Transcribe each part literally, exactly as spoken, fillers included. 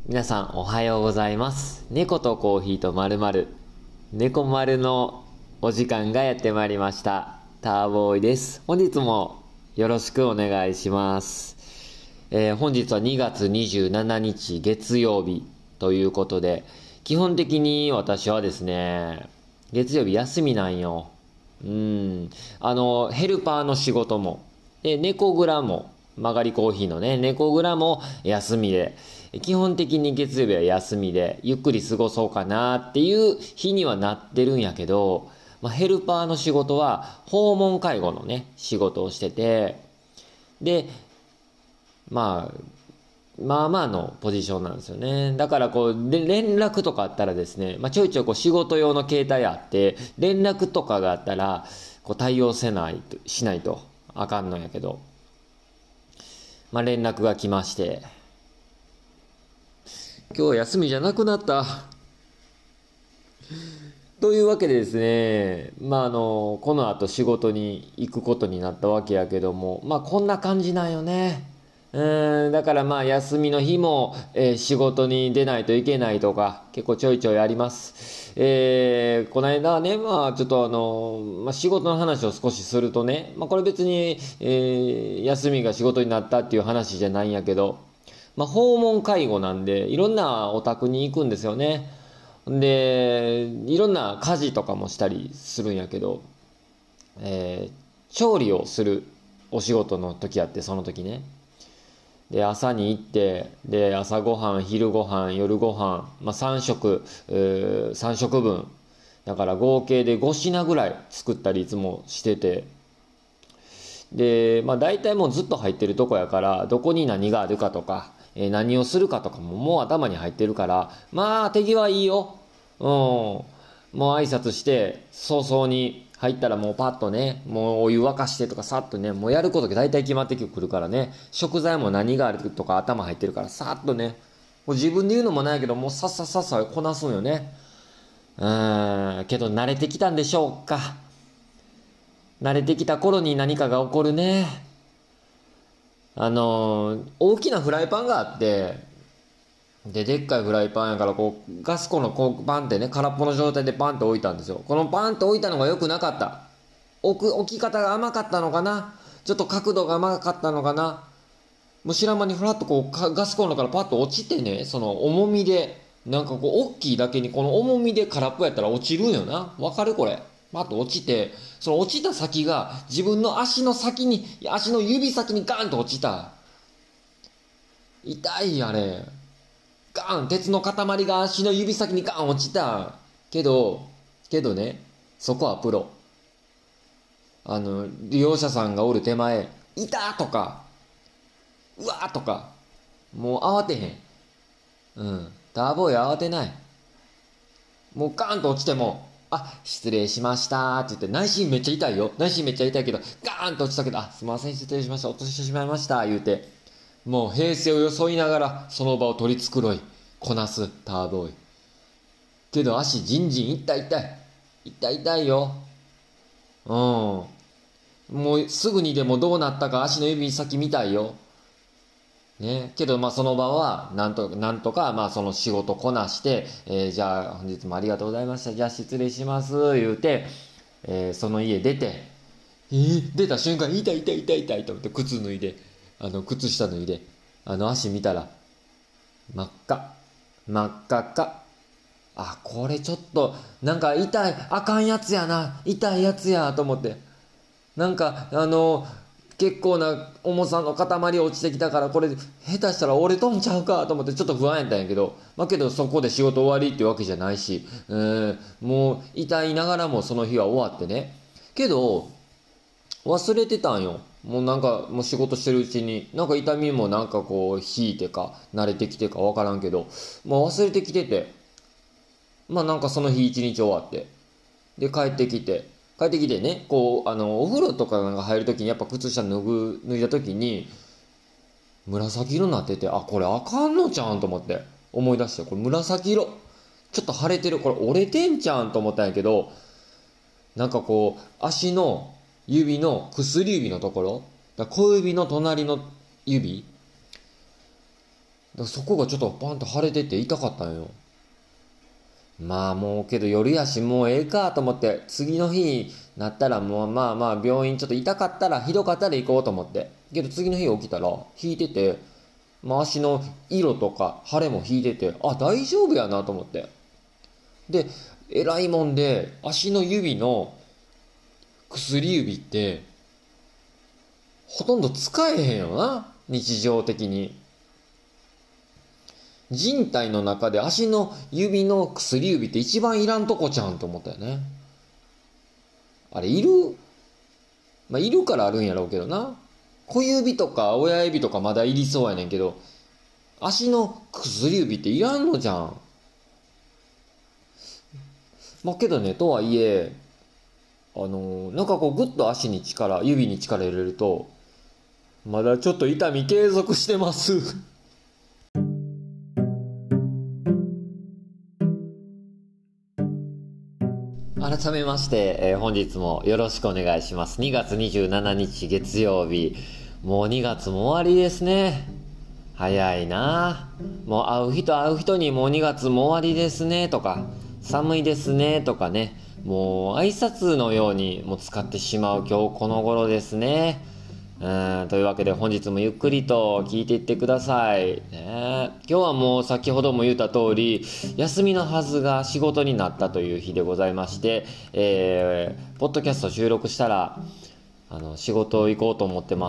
皆さんおはようございます。猫とコーヒーとまるまる猫丸のお時間がやってまいりました。ターボーイです。本日もよろしくお願いします。えー、本日はにがつにじゅうしちにち月曜日ということで、基本的に私はですね、月曜日休みなんよ。うん。あの、ヘルパーの仕事も、で、猫蔵も、曲がりコーヒーのね、猫蔵も休みで、基本的に月曜日は休みで、ゆっくり過ごそうかなっていう日にはなってるんやけど、まあ、ヘルパーの仕事は訪問介護のね、仕事をしてて、で、まあ、まあまあのポジションなんですよね。だからこう、で連絡とかあったらですね、まあちょいちょいこう仕事用の携帯あって、連絡とかがあったら、こう対応せないと、しないとあかんのやけど、まあ連絡が来まして、今日休みじゃなくなった。というわけでですね、まああの、この後仕事に行くことになったわけやけども、まあこんな感じなんよね。うん、だからまあ休みの日も、えー仕事に出ないといけないとか、結構ちょいちょいあります。えー、この間はね、まあちょっとあの、まあ仕事の話を少しするとね、まあこれ別に、えー休みが仕事になったっていう話じゃないんやけど、まあ訪問介護なんで、いろんなお宅に行くんですよね。で、いろんな家事とかもしたりするんやけど、えー調理をするお仕事の時あって、その時ね。で、朝に行って、で、朝ごはん、昼ごはん、夜ごはん、まあ、さん食、えー、さん食分。だから合計でご品ぐらい作ったりいつもしてて。で、まあ大体もうずっと入ってるとこやから、どこに何があるかとか、えー何をするかとかももう頭に入ってるから、まあ手際いいよ。うん。もう挨拶して、早々に入ったらもうパッとね、もうお湯沸かしてとかさっとね、もうやることが大体決まってくるからね、食材も何があるとか頭入ってるからさっとね、もう自分で言うのもないけど、もうさっさっさっさこなすんよね。うーん、けど慣れてきたんでしょうか。慣れてきた頃に何かが起こるね。あのー大きなフライパンがあって、で、でっかいフライパンやから、こう、ガスコンのこう、パンってね、空っぽの状態でパンって置いたんですよ。このパンって置いたのが良くなかった。置く、置き方が甘かったのかな、ちょっと角度が甘かったのかな。もう知らん間にフラッとこう、かガスコンロからパッと落ちてね、その重みで、なんかこう、大きいだけにこの重みで空っぽやったら落ちるんよな。わかるこれ。パッと落ちて、その落ちた先が自分の足の先に、足の指先にガーンと落ちた。痛いあれ。ガーン、鉄の塊が足の指先にガーン落ちた。けど、けどね、そこはプロ。あの、利用者さんがおる手前、いたとか、うわーとか、もう慌てへん。うん。ターボーイ慌てない。もうガーンと落ちても、あ、失礼しましたって言って、内心めっちゃ痛いよ。内心めっちゃ痛いけど、ガーンと落ちたけど、あ、すみません、失礼しました。落としてしまいました。言うて、もう平静を装いながら、その場を取り繕い、こなすターボーイ。けど足ジンジン痛い痛い。痛い痛いよ。うん。もうすぐにでもどうなったか足の指先見たいよ。ね。けどまあその場はなんとなんとかまあその仕事こなして、えーじゃあ本日もありがとうございました。じゃあ失礼します。言うて、えーその家出て、えー出た瞬間痛い痛い痛い痛いと思って靴脱いで、あの靴下脱いで、あの足見たら真っ赤。真っ赤っか。あ、これちょっと、なんか痛い、あかんやつやな、痛いやつやと思って。なんか、あの、結構な重さの塊落ちてきたから、これ、下手したら折れとんちゃうかと思ってちょっと不安やったんやけど、まあけどそこで仕事終わりってわけじゃないし、えーもう痛いながらもその日は終わってね。けど、忘れてたんよ。もうなんか、もう仕事してるうちに、なんか痛みもなんかこう、引いてか、慣れてきてかわからんけど、まあ忘れてきてて、まあなんかその日一日終わって。で、帰ってきて。帰ってきてね、こう、あの、お風呂とかが入るときにやっぱ靴下脱ぐ、脱いだときに、紫色になってて、あ、これあかんのちゃうんと思って。思い出して、これ紫色。ちょっと腫れてる。これ折れてんちゃうんと思ったんやけど、なんかこう、足の指の薬指のところ、だ小指の隣の指らそこがちょっとパンと腫れてて痛かったんよ。まあもうけど夜やしもうええかと思って次の日になったらもうまあまあ病院ちょっと痛かったらひどかったら行こうと思ってけど次の日起きたら引いてて、まあ、足の色とか腫れも引いててあ大丈夫やなと思ってでえらいもんで足の指の薬指ってほとんど使えへんよな日常的に。人体の中で足の指の薬指って一番いらんとこちゃうんと思ったよね。あれいる？まあいるからあるんやろうけどな。小指とか親指とかまだいりそうやねんけど足の薬指っていらんのじゃん。まあけどねとはいえあのー、なんかこうグッと足に力指に力入れるとまだちょっと痛み継続してます改めまして、えー、本日もよろしくお願いします。にがつにじゅうしちにち月曜日、もうにがつも終わりですね。早いな。もう会う人会う人にもうにがつも終わりですねとか、寒いですねとかね、もう挨拶のようにもう使ってしまう今日この頃ですね。うんというわけで本日もゆっくりと聞いていってください、ね、今日はもう先ほども言った通り休みのはずが仕事になったという日でございまして、えー、ポッドキャスト収録したらあの仕事行こうと思ってます。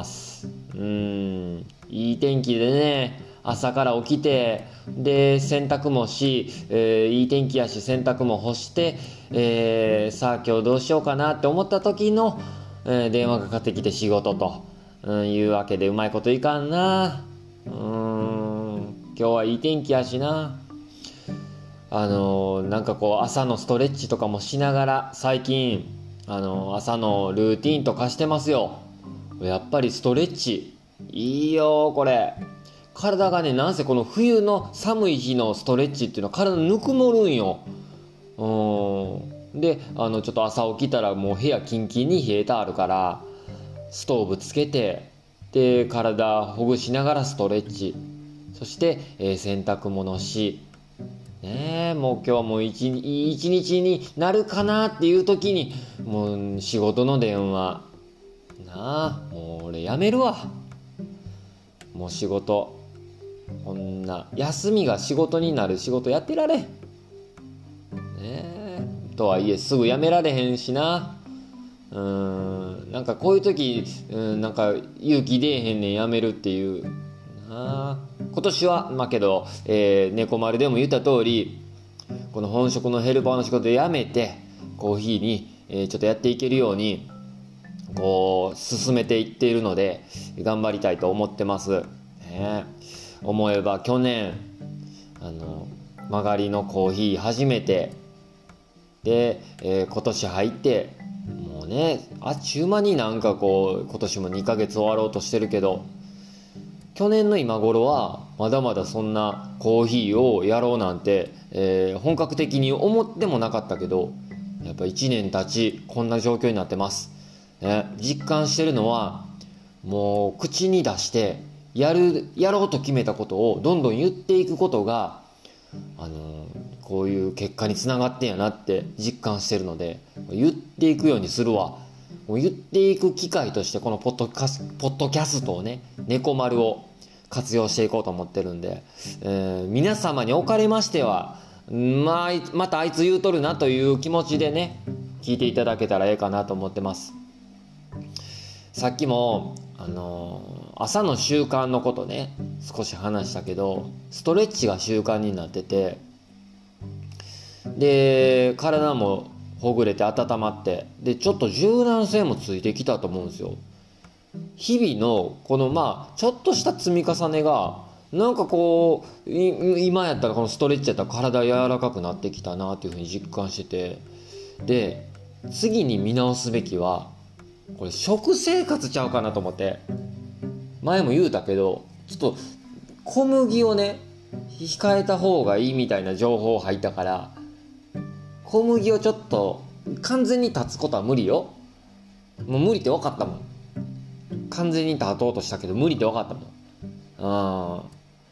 うーんいい天気でね朝から起きてで洗濯もし、えー、いい天気やし洗濯も干して、えー、さあ今日どうしようかなって思った時の、えー、電話がかかってきて仕事とうん、いうわけでうまいこといかんな。うーん今日はいい天気やしな。あのー、なんかこう朝のストレッチとかもしながら最近、あのー、朝のルーティンとかしてますよ。やっぱりストレッチいいよこれ。体がねなんせこの冬の寒い日のストレッチっていうのは体ぬくもるんよ。うーんであのちょっと朝起きたらもう部屋キンキンに冷えたあるからストーブつけてで体ほぐしながらストレッチそして、えー、洗濯物しねえもう今日はもう一いい一日になるかなっていう時にもう仕事の電話なあもう俺やめるわ。もう仕事こんな休みが仕事になる仕事やってられんねえとはいえすぐやめられへんしな。うーんなんかこういう時うんなんか勇気出えへんねんやめるっていうな。今年はまあけど、えー、猫丸でも言った通りこの本職のヘルパーの仕事でやめてコーヒーに、えー、ちょっとやっていけるようにこう進めていっているので頑張りたいと思ってます、ね、思えば去年あの曲がりのコーヒー初めてで、えー、今年入ってもうねあっちゅう間になんかこう今年もにかげつ終わろうとしてるけど去年の今頃はまだまだそんなコーヒーをやろうなんて、えー、本格的に思ってもなかったけどやっぱいちねん経ちこんな状況になってます、ね、実感してるのはもう口に出してやるやろうと決めたことをどんどん言っていくことがあのこういう結果につながってんやなって実感してるので言っていくようにするわ。もう言っていく機会としてこのポッドキャスポッドキャストをね猫丸を活用していこうと思ってるんで、えー、皆様におかれましては、まあ、またあいつ言うとるなという気持ちでね聞いていただけたらええかなと思ってます。さっきも、あのー、朝の習慣のことね少し話したけどストレッチが習慣になっててで体もほぐれて温まってでちょっと柔軟性もついてきたと思うんですよ。日々のこのまあちょっとした積み重ねがなんかこう今やったらこのストレッチやったら体柔らかくなってきたなっていうふうに実感しててで次に見直すべきはこれ食生活ちゃうかなと思って前も言うたけどちょっと小麦をね控えた方がいいみたいな情報入ったから小麦をちょっと完全に断つことは無理よ。もう無理って分かったもん。完全に断とうとしたけど無理って分かったもん。あ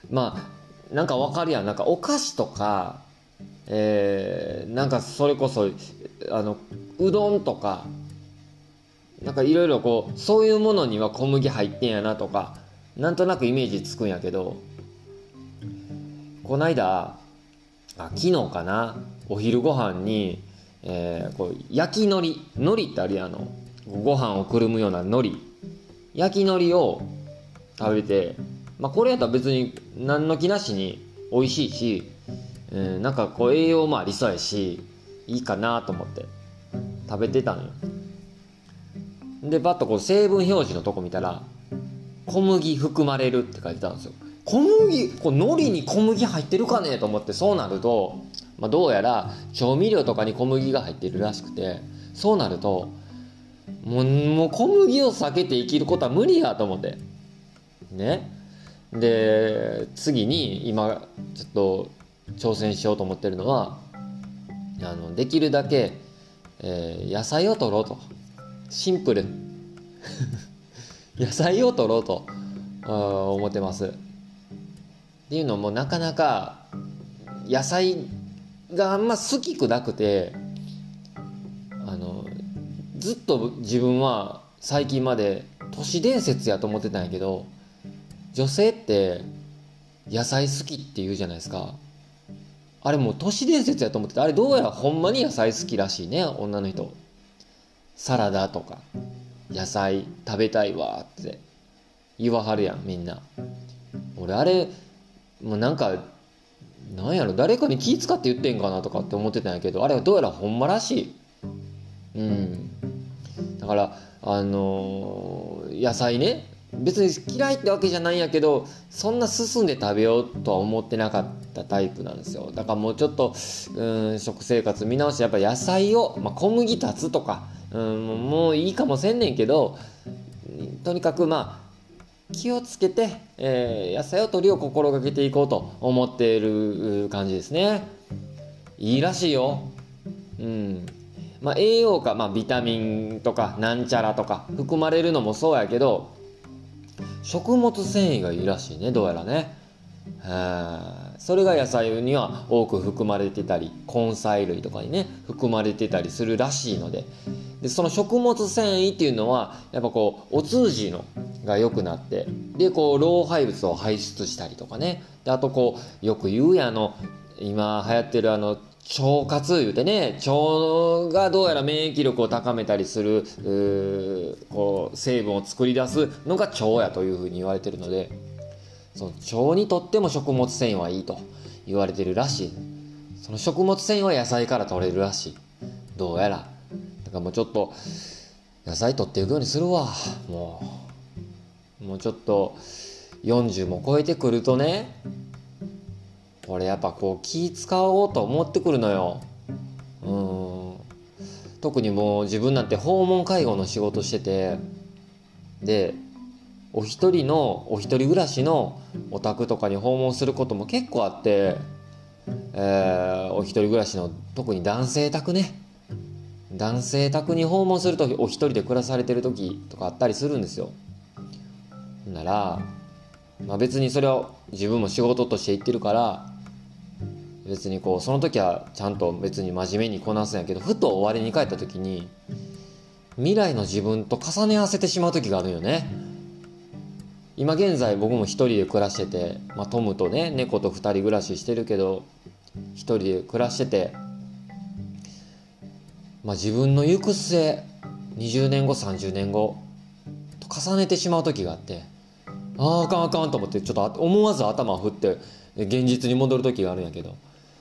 まあなんかわかるやん、なんかお菓子とか、えー、なんかそれこそあのうどんとか、なんかいろいろこうそういうものには小麦入ってんやなとか、なんとなくイメージつくんやけど、こないだあ昨日かな、お昼ご飯に、えー、こう焼き海苔海苔ってあるやん、あのご飯をくるむような海苔、焼き海苔を食べて、まあこれやったら別に何の気なしに美味しいし、うん、なんかこう栄養もありそうやしいいかなと思って食べてたのよ。でバッとこう成分表示のとこ見たら小麦含まれるって書いてたんですよ。小麦、こう海苔に小麦入ってるかねと思って、そうなると、まあ、どうやら調味料とかに小麦が入ってるらしくて、そうなるともう、もう小麦を避けて生きることは無理やと思ってね。で次に今ちょっと挑戦しようと思ってるのは、あのできるだけ、えー野菜を取ろうと、シンプル野菜を取ろうとあー思ってます。っていうのもなかなか野菜があんま好きくなくて、あのずっと自分は最近まで都市伝説やと思ってたんやけど、女性って野菜好きって言うじゃないですか。あれもう都市伝説やと思ってて、あれどうやらほんまに野菜好きらしいね、女の人。サラダとか野菜食べたいわって言わはるやんみんな。俺あれもうなんかなんやろ、誰かに気使って言ってんかなとかって思ってたんやけど、あれはどうやらほんまらしい。うんだからあのー野菜ね、別に嫌いってわけじゃないんやけど、そんな進んで食べようとは思ってなかったタイプなんですよ。だからもうちょっとうん食生活見直して、やっぱ野菜を、まあ、小麦立つとかうんもういいかもせんねんけど、とにかくまあ気をつけて、えー野菜を取りを心がけていこうと思っている感じですね。いいらしいよ。うんまあ、栄養価、まあ、ビタミンとかなんちゃらとか含まれるのもそうやけど、食物繊維がいいらしいね、どうやらね。はあそれが野菜には多く含まれてたり、根菜類とかにね含まれてたりするらしいので、でその食物繊維っていうのはやっぱこうお通じのが良くなって、でこう老廃物を排出したりとかね、であとこうよく言うやん、あの今流行ってるあの腸活言うてね、腸がどうやら免疫力を高めたりするうーこう成分を作り出すのが腸やというふうに言われてるので、その腸にとっても食物繊維はいいと言われてるらしい。その食物繊維は野菜から取れるらしい、どうやら。だからもうちょっと野菜取っていくようにするわ。もうもうちょっとよんじゅうも超えてくるとね、これやっぱこう気使おうと思ってくるのよ。うーん特にもう自分なんて訪問介護の仕事してて、でお一人のお一人暮らしのお宅とかに訪問することも結構あって、えーお一人暮らしの特に男性宅ね、男性宅に訪問するとお一人で暮らされてる時とかあったりするんですよ。なら、まあ、別にそれは自分も仕事として行ってるから、別にこうその時はちゃんと別に真面目にこなすんやけど、ふと終わりに帰った時に未来の自分と重ね合わせてしまう時があるよね。今現在僕も一人で暮らしてて、まあ、トムとね猫と二人暮らししてるけど、一人で暮らしてて、まあ、自分の行く末にじゅうねんごさんじゅうねんごと重ねてしまう時があって、あああかんあかんと思ってちょっと思わず頭を振って現実に戻る時があるんやけど、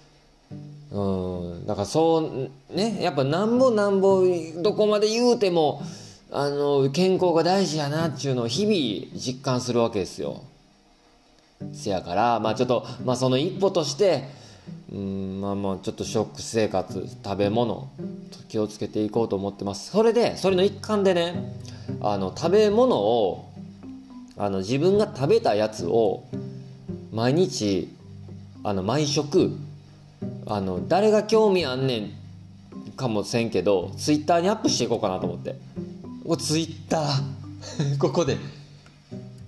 うんだからそうね、やっぱなんぼなんぼどこまで言うてもあの健康が大事やなっていうのを日々実感するわけですよ。せやからまあちょっとまあその一歩としてうんまあまあちょっと食生活食べ物気をつけていこうと思ってます。それでそれの一環でね、あの食べ物をあの自分が食べたやつを毎日あの毎食あの誰が興味あんねんかもせんけどツイッターにアップしていこうかなと思って。これツイッターここで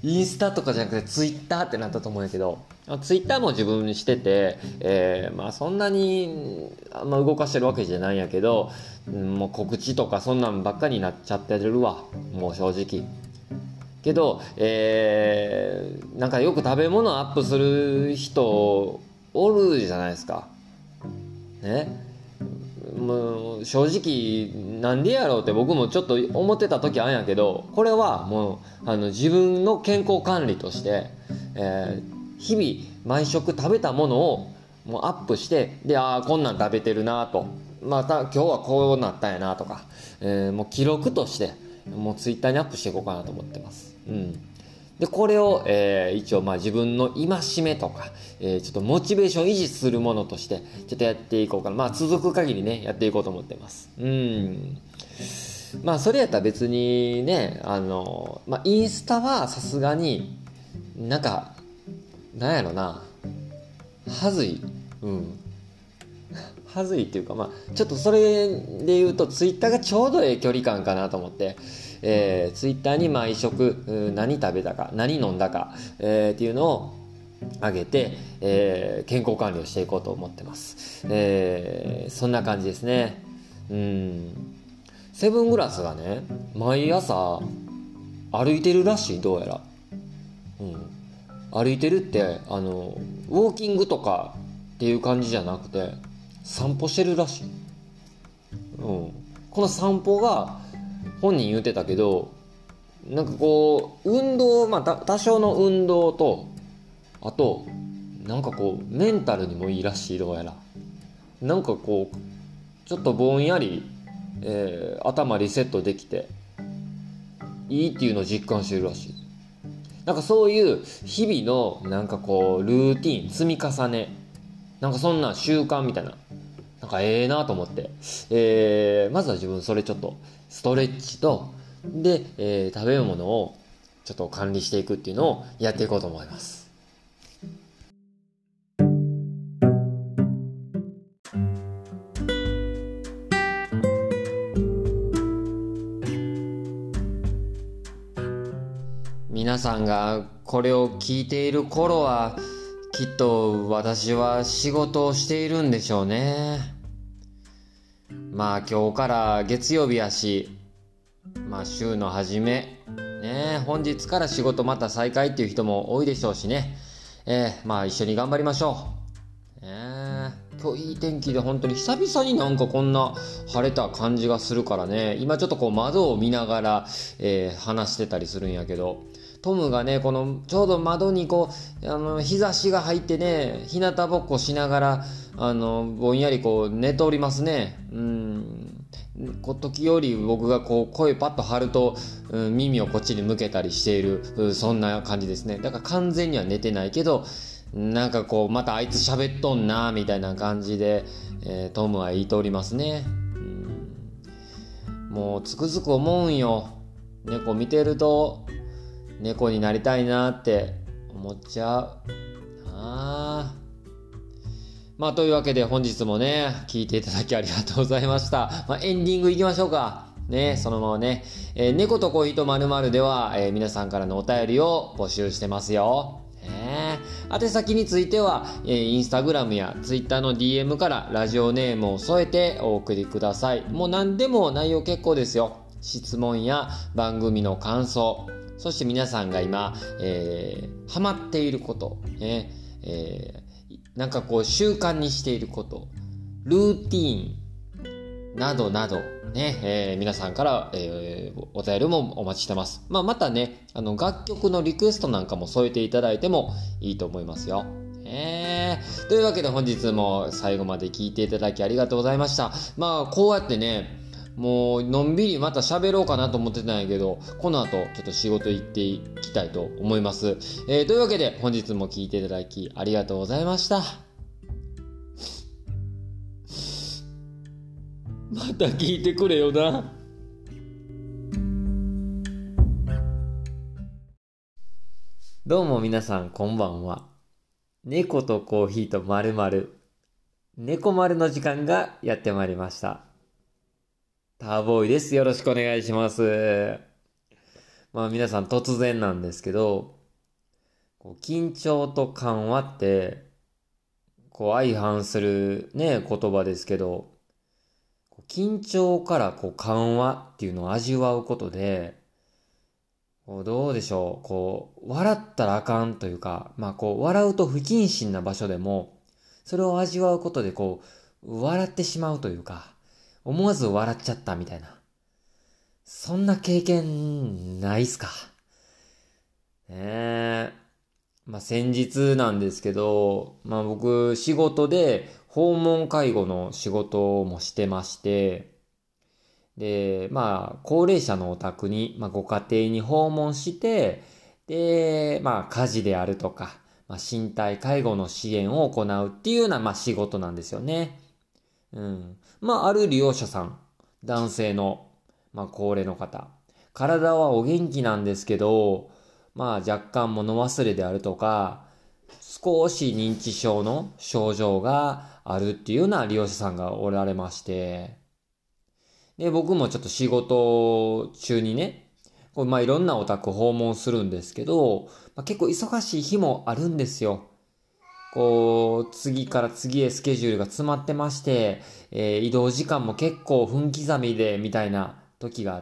インスタとかじゃなくてツイッターってなったと思うんやけど、ツイッターも自分してて、えー、まあそんなにあんま動かしてるわけじゃないんやけど、うん、もう告知とかそんなんばっかりになっちゃってるわ、もう正直。けど、えー、なんかよく食べ物アップする人おるじゃないですか。ね。もう正直なんでやろうって僕もちょっと思ってた時あるんやけど、これはもうあの自分の健康管理として、えー、日々毎食食べたものをもうアップして、で、ああこんなん食べてるなと、また今日はこうなったんやなとか、えー、もう記録としてもうツイッターにアップしていこうかなと思ってます。うん。でこれを、えー、一応まあ自分の戒めとか、えー、ちょっとモチベーション維持するものとしてちょっとやっていこうかな。まあ続く限りねやっていこうと思ってます。うん。まあそれやったら別にね、あのまあインスタはさすがになんかなんやろな、はずい。うん。はずいっていうか、まあちょっとそれで言うとツイッターがちょうどええ距離感かなと思って。えー、ツイッターに毎食何食べたか何飲んだか、えー、っていうのを上げて、えー、健康管理をしていこうと思ってます、えー、そんな感じですね。うん、セブングラスがね毎朝歩いてるらしい、どうやら、うん、歩いてるってあのウォーキングとかっていう感じじゃなくて散歩してるらしい、うん、この散歩が本人言ってたけど、なんかこう運動、まあ多少の運動と、あとなんかこうメンタルにもいいらしい、どうやら。なんかこうちょっとぼんやり、えー、頭リセットできていいっていうのを実感してるらしい。なんかそういう日々のなんかこうルーティン積み重ね、なんかそんな習慣みたいな、なんかええなと思って、えー、まずは自分それちょっとストレッチとで、えー、食べるものをちょっと管理していくっていうのをやっていこうと思います。皆さんがこれを聞いている頃はきっと私は仕事をしているんでしょうね。まあ今日から月曜日やし、まあ週の初めね、本日から仕事また再開っていう人も多いでしょうしね、えー、まあ一緒に頑張りましょう。ね、今日いい天気で本当に久々になんかこんな晴れた感じがするからね、今ちょっとこう窓を見ながら、えー、話してたりするんやけど、トムがねこのちょうど窓にこうあの日差しが入ってね、日向ぼっこしながらあのぼんやりこう寝ておりますね。うん、時折僕がこう声パッと張ると、うん、耳をこっちに向けたりしている、うん、そんな感じですね。だから完全には寝てないけど、なんかこうまたあいつ喋っとんなみたいな感じで、えー、トムは言いとおりますね。うん、もうつくづく思うんよ、猫見てると猫になりたいなって思っちゃう。あーまあというわけで本日もね聞いていただきありがとうございました。まあ、エンディングいきましょうかね。そのままね、えー、猫とコーヒーとまるまるでは、えー、皆さんからのお便りを募集してますよ。ね、宛先については、えー、インスタグラムやツイッターの ディーエム からラジオネームを添えてお送りください。もう何でも内容結構ですよ。質問や番組の感想、そして皆さんが今、えー、ハマっていること、ねえーなんかこう習慣にしていること、ルーティーンなどなどね、えー、皆さんから、えー、お便りもお待ちしてます。まあ、またね、あの楽曲のリクエストなんかも添えていただいてもいいと思いますよ。えー、というわけで本日も最後まで聞いていただきありがとうございました。まあこうやってね、もうのんびりまた喋ろうかなと思ってたんやけど、この後ちょっと仕事行っていきたいと思います。えー、というわけで本日も聞いていただきありがとうございました。また聞いてくれよな。どうも皆さんこんばんは。猫とコーヒーとまるまる、猫丸の時間がやってまいりました。ターボーイです。よろしくお願いします。まあ皆さん突然なんですけど、 こう緊張と緩和って、こう相反するね、言葉ですけど、緊張からこう緩和っていうのを味わうことで、こうどうでしょう、こう、笑ったらあかんというか、まあこう、笑うと不謹慎な場所でも、それを味わうことでこう、笑ってしまうというか、思わず笑っちゃったみたいな。そんな経験ないっすか？ねえ。まあ先日なんですけど、まあ僕仕事で訪問介護の仕事もしてまして、で、まあ高齢者のお宅に、まあご家庭に訪問して、で、まあ家事であるとか、まあ身体介護の支援を行うっていうような、まあ仕事なんですよね。うん。まあある利用者さん、男性の、まあ高齢の方。体はお元気なんですけど、まあ若干物忘れであるとか、少し認知症の症状があるっていうような利用者さんがおられまして、で、僕もちょっと仕事中にね、こうまあいろんなお宅訪問するんですけど、まあ、結構忙しい日もあるんですよ。こう、次から次へスケジュールが詰まってまして、えー移動時間も結構分刻みで、みたいな時があって、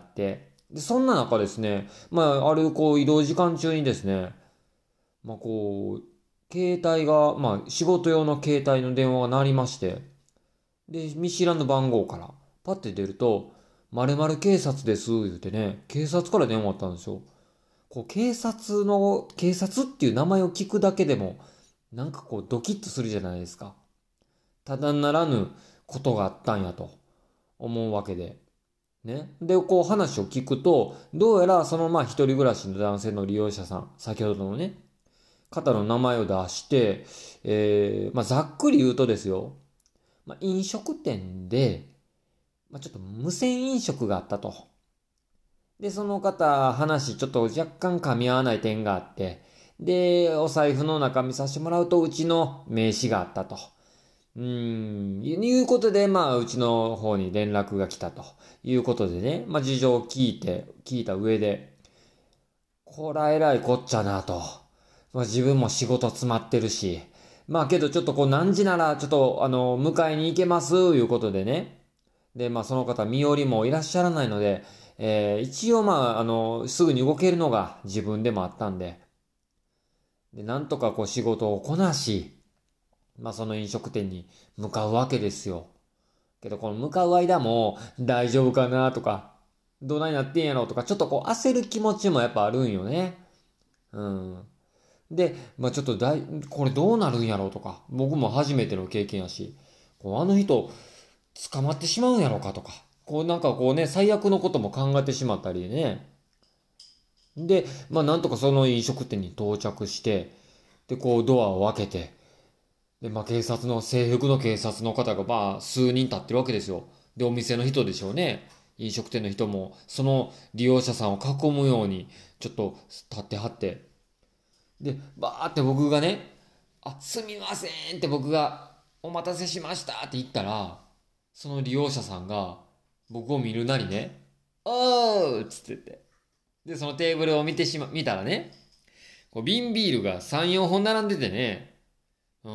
で、そんな中ですね、まあ、あるこう移動時間中にですね、まあこう、携帯が、まあ仕事用の携帯の電話が鳴りまして、で、見知らぬ番号から、パッて出ると、〇〇警察です、言うてね、警察から電話あったんですよ。こう、警察の、警察っていう名前を聞くだけでも、なんかこう、ドキッとするじゃないですか。ただならぬことがあったんやと思うわけで。ね。で、こう話を聞くと、どうやらそのまあ一人暮らしの男性の利用者さん、先ほどのね、方の名前を出して、えー、まあざっくり言うとですよ、まあ、飲食店で、まあ、ちょっと無銭飲食があったと。で、その方、話ちょっと若干噛み合わない点があって、で、お財布の中見させてもらうと、うちの名刺があったと。うーん、いうことで、まあ、うちの方に連絡が来たということでね、まあ、事情を聞いて、聞いた上で、こらえらいこっちゃなと。まあ、自分も仕事詰まってるし、まあけどちょっとこう何時ならちょっとあの、迎えに行けますいうことでね。で、まあその方身寄りもいらっしゃらないので、えー一応まああの、すぐに動けるのが自分でもあったんで、で、なんとかこう仕事をこなし、まあその飲食店に向かうわけですよ。けどこの向かう間も大丈夫かなとか、どないなってんやろとか、ちょっとこう焦る気持ちもやっぱあるんよね。うん。で、まあちょっとだい、これどうなるんやろうとか、僕も初めての経験やし、こうあの人捕まってしまうんやろうかとか、こうなんかこうね、最悪のことも考えてしまったりね。で、まあなんとかその飲食店に到着して、で、こうドアを開けて、で、まあ警察の、制服の警察の方がまあ数人立ってるわけですよ。で、お店の人でしょうね。飲食店の人も、その利用者さんを囲むように、ちょっと立ってはって、で、バーって僕がね、あ、すみませんって僕が、お待たせしましたって言ったら、その利用者さんが、僕を見るなりね、おーっつって言って。で、そのテーブルを見てしま、見たらね、こう瓶ビールがさん、よんほん並んでてね、うん。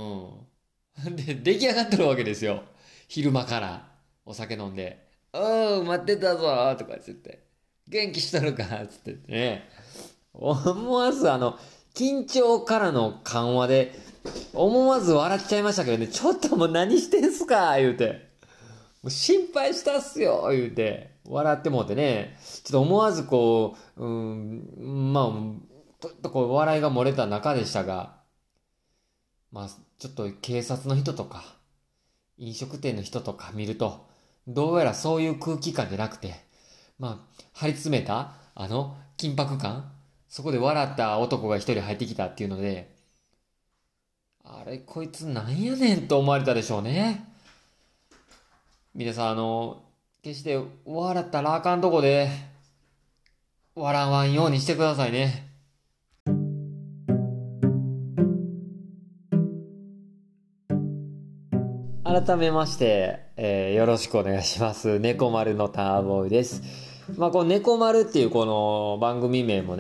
で、出来上がってるわけですよ。昼間から、お酒飲んで、おー、待ってたぞーとか言って、元気しとるかつって言ってね、思わずあの、緊張からの緩和で、思わず笑っちゃいましたけどね、ちょっともう何してんすか言うて。もう心配したっすよ言うて。笑ってもうてね、ちょっと思わずこう、うん、まあ、ちょっとこう笑いが漏れた中でしたが、まあ、ちょっと警察の人とか、飲食店の人とか見ると、どうやらそういう空気感じゃなくて、まあ、張り詰めた、あの、緊迫感、そこで笑った男が一人入ってきたっていうので、あれ、こいつなんやねんと思われたでしょうね。皆さん、あの、決して笑ったらあかんとこで、笑わんようにしてくださいね。改めまして、えーよろしくお願いします。猫丸のターボーイです。まあ、この猫丸っていうこの番組名もね、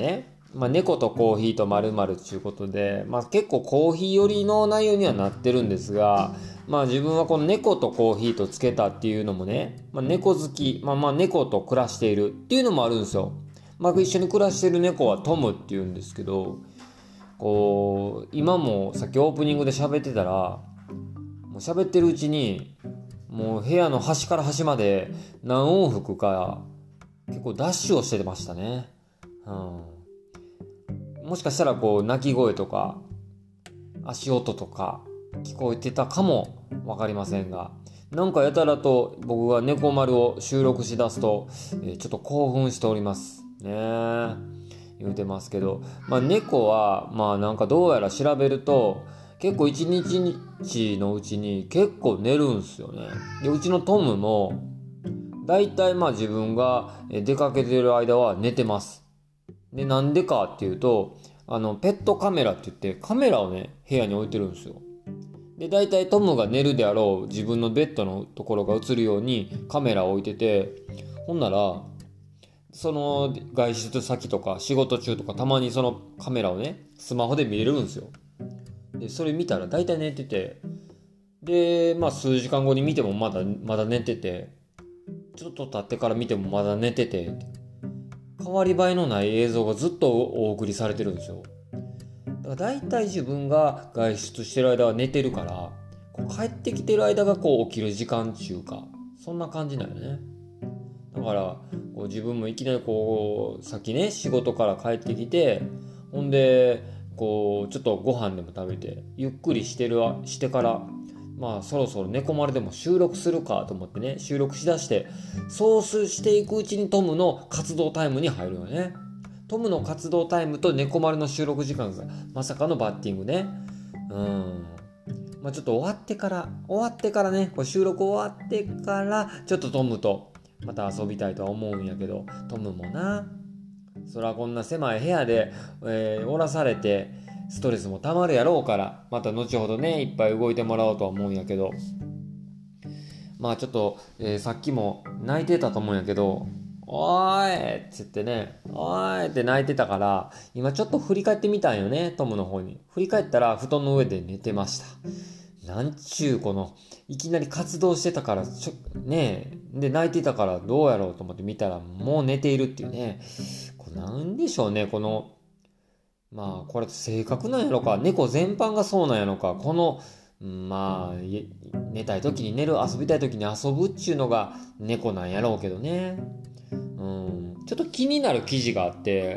まあ、猫とコーヒーと〇〇ということで、まあ、結構コーヒー寄りの内容にはなってるんですが、まあ、自分はこの猫とコーヒーとつけたっていうのもね、まあ、猫好き、まあ、まあ猫と暮らしているっていうのもあるんですよ。まあ、一緒に暮らしている猫はトムっていうんですけど、こう今もさっきオープニングで喋ってたら、もう喋ってるうちにもう部屋の端から端まで何往復か結構ダッシュをしてましたね。うん、もしかしたらこう鳴き声とか足音とか聞こえてたかも分かりませんが、なんかやたらと僕が猫丸を収録しだすと、えー、ちょっと興奮しておりますね。言うてますけど、まあ猫はまあなんかどうやら調べると結構一日のうちに結構寝るんすよね。でうちのトムもだいたいまあ自分が出かけてる間は寝てます。でなんでかっていうと、あのペットカメラって言ってカメラをね部屋に置いてるんですよ。でだいたいトムが寝るであろう自分のベッドのところが映るようにカメラを置いてて、ほんならその外出先とか仕事中とかたまにそのカメラをねスマホで見れるんですよ。でそれ見たらだいたい寝てて、でまあ数時間後に見てもまだまだ寝てて、ちょっと経ってから見てもまだ寝てて、変わり映えのない映像がずっとお送りされてるんですよ。だからだいたい自分が外出してる間は寝てるから、こう帰ってきてる間がこう起きる時間っていうか、そんな感じなんよね。だからこう自分もいきなりこう先ね仕事から帰ってきて、ほんでこうちょっとご飯でも食べてゆっくりしてるしてから、まあそろそろ猫丸でも収録するかと思ってね収録しだして、そうしていくうちにトムの活動タイムに入るよね。トムの活動タイムと猫丸の収録時間がまさかのバッティングね。うんまあちょっと終わってから終わってからねこう収録終わってからちょっとトムとまた遊びたいとは思うんやけど、トムもなそらこんな狭い部屋で、えー、おらされてストレスもたまるやろうから、また後ほどねいっぱい動いてもらおうとは思うんやけど、まあちょっと、えー、さっきも泣いてたと思うんやけど、おーいって言ってね、おーいって泣いてたから、今ちょっと振り返ってみたんよね、トムの方に。振り返ったら布団の上で寝てました。なんちゅうこのいきなり活動してたからちょねえで泣いてたからどうやろうと思って見たらもう寝ているっていうね。これなんでしょうね、このまあこれ性格なんやろか、猫全般がそうなんやろか、このまあ寝たい時に寝る、遊びたい時に遊ぶっちゅうのが猫なんやろうけどね。うんちょっと気になる記事があって、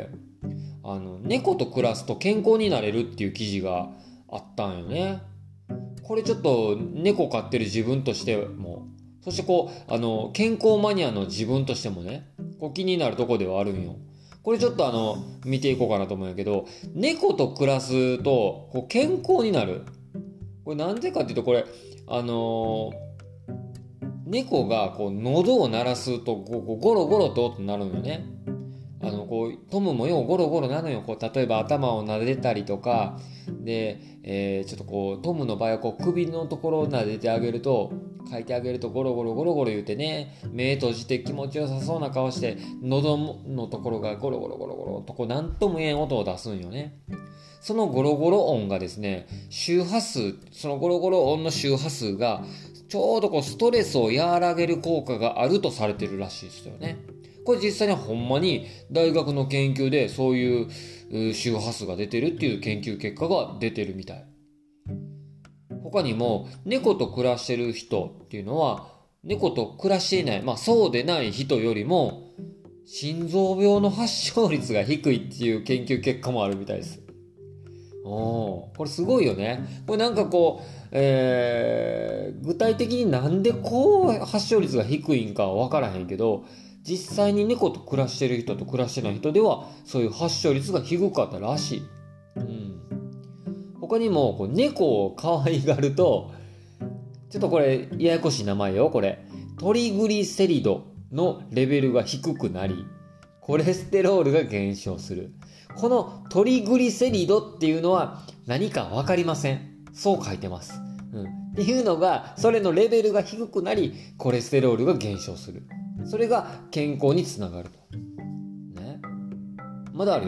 あの猫と暮らすと健康になれるっていう記事があったんよね。これちょっと猫飼ってる自分としても、そしてこうあの健康マニアの自分としてもね、こう気になるとこではあるんよ。これちょっとあの見ていこうかなと思うんやけど、猫と暮らすとこう健康になる。これなんでかっていうと、これあのー、猫がこう喉を鳴らすとこうゴロゴロとなるんよね。あのこうトムもようゴロゴロなのよ。こう例えば頭を撫でたりとかで、えー、ちょっとこうトムの場合はこう首のところを撫でてあげると、書いてあげるとゴロゴロゴロゴロ言うてね、目閉じて気持ちよさそうな顔して喉のところがゴロゴロゴロゴロとこう何とも言えん音を出すんよね。そのゴロゴロ音がですね、周波数、そのゴロゴロ音の周波数がちょうどこうストレスを和らげる効果があるとされてるらしいですよね。これ実際にほんまに大学の研究でそういう周波数が出てるっていう研究結果が出てるみたい。他にも猫と暮らしてる人っていうのは猫と暮らしていない、まあそうでない人よりも心臓病の発症率が低いっていう研究結果もあるみたいです。おー、これすごいよね。これなんかこう、えー、具体的になんでこう発症率が低いんかは分からへんけど、実際に猫と暮らしてる人と暮らしてない人ではそういう発症率が低かったらしい。うん、他にもこう猫を可愛がると、ちょっとこれややこしい名前よ、これトリグリセリドのレベルが低くなりコレステロールが減少する。このトリグリセリドっていうのは何か分かりません。そう書いてます、うん、っていうのがそれのレベルが低くなりコレステロールが減少する。それが健康につながると、ね、まだあるよ。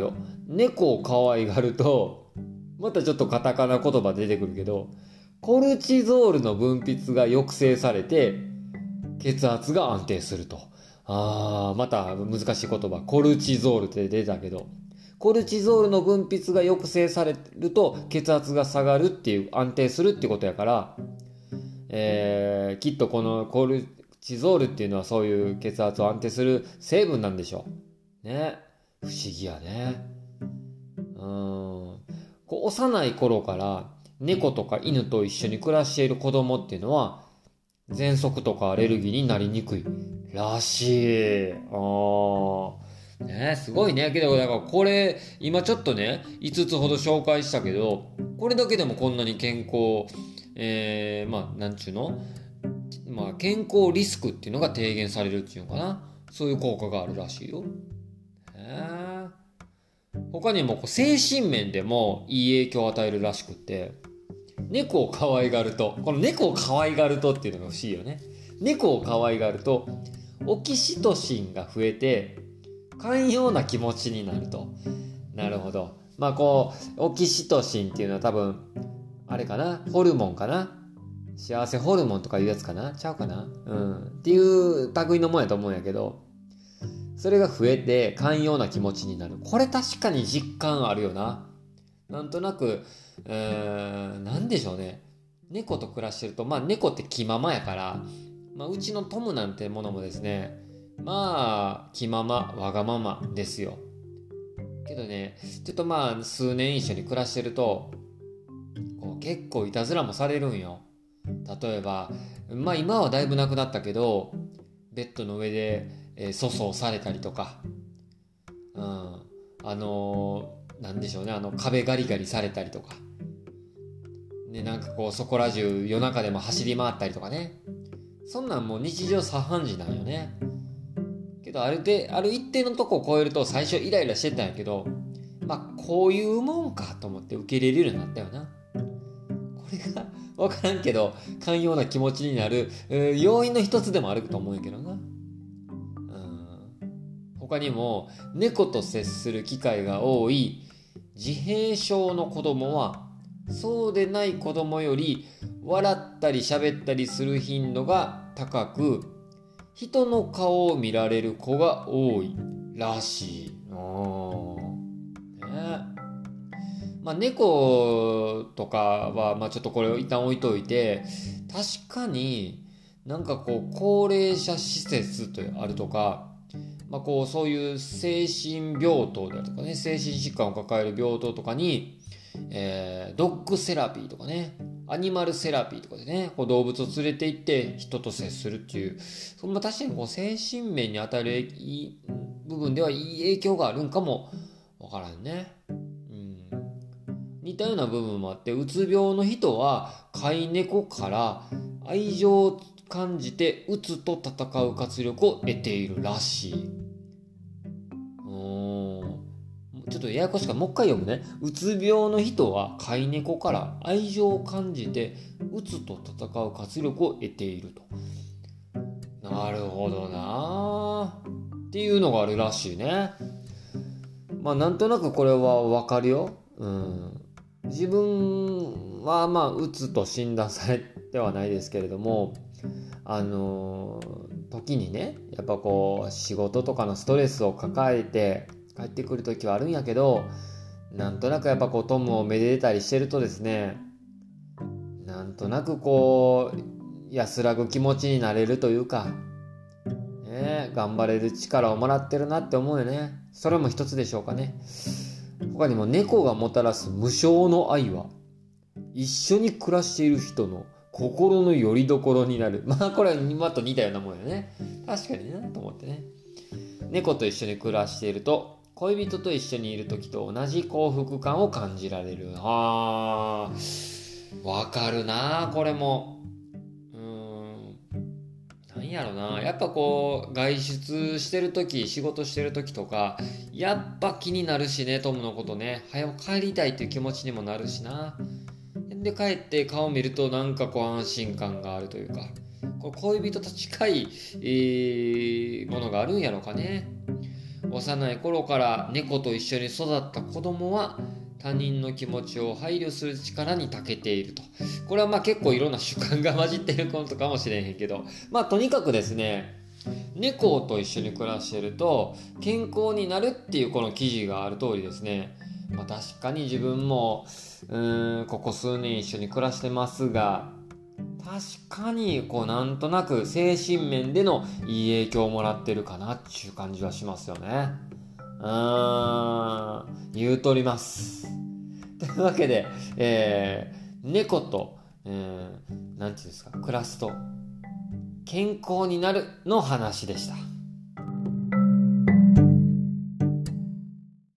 猫を可愛がると、またちょっとカタカナ言葉出てくるけど、コルチゾールの分泌が抑制されて、血圧が安定すると。あー、また難しい言葉。コルチゾールって出たけど、コルチゾールの分泌が抑制されると血圧が下がるっていう、安定するっていうことやから、えー、きっとこのコルチゾールっていうのはそういう血圧を安定する成分なんでしょう。ね。不思議やね。うーん。こう幼い頃から猫とか犬と一緒に暮らしている子供っていうのは、喘息とかアレルギーになりにくいらしい。あー。ね、すごいね。けど、だからこれ、今ちょっとね、いつつほど紹介したけど、これだけでもこんなに健康、えー、まあ、なんちゅうのまあ、健康リスクっていうのが低減されるっていうのかな。そういう効果があるらしいよ。へー。他にもこう精神面でもいい影響を与えるらしくって、猫を可愛がると、この猫を可愛がるとっていうのが不思議よね。猫を可愛がると、オキシトシンが増えて、寛容な気持ちになると。なるほど。まあこう、オキシトシンっていうのは多分、あれかな、ホルモンかな。幸せホルモンとかいうやつかな、ちゃうかな、うん。っていう類のもんやと思うんやけど、それが増えて寛容な気持ちになる。これ確かに実感あるよな。なんとなく、うーん、なんでしょうね。猫と暮らしてると、まあ猫って気ままやから、まあうちのトムなんてものもですね、まあ気まま、わがままですよ。けどね、ちょっとまあ数年一緒に暮らしてると、こう結構いたずらもされるんよ。例えば、まあ今はだいぶなくなったけど、ベッドの上で、えー、粗相されたりとか、うん、あのー、なんでしょうね、あの壁ガリガリされたりとか、ね、なんかこうそこら中夜中でも走り回ったりとかね、そんなんもう日常茶飯事なんよね。けどあるである一定のとこを超えると最初イライラしてたんやけど、まあこういうもんかと思って受け入れるようになったよな。これが分からんけど寛容な気持ちになる、えー、要因の一つでもあると思うんやけどな。うん。他にも猫と接する機会が多い自閉症の子供はそうでない子供より笑ったり喋ったりする頻度が高く、人の顔を見られる子が多いらしい。あね、まあ猫とかはまあちょっとこれを一旦置いといて、確かになんかこう高齢者施設とあるとか、まあこうそういう精神病棟であるとかね、精神疾患を抱える病棟とかに、えー、ドッグセラピーとかね、アニマルセラピーとかでね、こう動物を連れて行って人と接するっていう、そんな確かにこう精神面に与えるいい部分ではいい影響があるんかもわからんね。うん。似たような部分もあって、うつ病の人は飼い猫から愛情を感じてうつと戦う活力を得ているらしい。ちょっとややこしいからもう一回読むね。うつ病の人は飼い猫から愛情を感じてうつと戦う活力を得ていると。なるほどなっていうのがあるらしいね。まあなんとなくこれはわかるよ。うん。自分はまあうつと診断されてはないですけれども、あのー、時にね、やっぱこう仕事とかのストレスを抱えて帰ってくる時はあるんやけど、なんとなくやっぱこうトムをめでたりしてるとですね、なんとなくこう安らぐ気持ちになれるというか、ね、頑張れる力をもらってるなって思うよね。それも一つでしょうかね。他にも猫がもたらす無償の愛は一緒に暮らしている人の心の拠り所になる。まあこれは今と似たようなもんよね。確かになと思ってね。猫と一緒に暮らしていると恋人と一緒にいる時と同じ幸福感を感じられる。あー、わかるなこれも。うーん、なんやろな。やっぱこう外出してる時、仕事してる時とか、やっぱ気になるしね、トムのことね。早く帰りたいっていう気持ちにもなるしな。で帰って顔を見るとなんかこう安心感があるというか、こう恋人と近い、えー、ものがあるんやろかね。 幼い頃から猫と一緒に育った子供は他人の気持ちを配慮する力に長けていると。これはまあ結構いろんな主観が混じってることかもしれへんけど、まあとにかくですね、猫と一緒に暮らしてると健康になるっていうこの記事がある通りですね、まあ、確かに自分もうーんここ数年一緒に暮らしてますが、確かにこうなんとなく精神面でのいい影響をもらってるかなっていう感じはしますよね。うーん、言うとります。というわけで、えー、猫と、えー、なんていうんですか、暮らすと健康になるの話でした。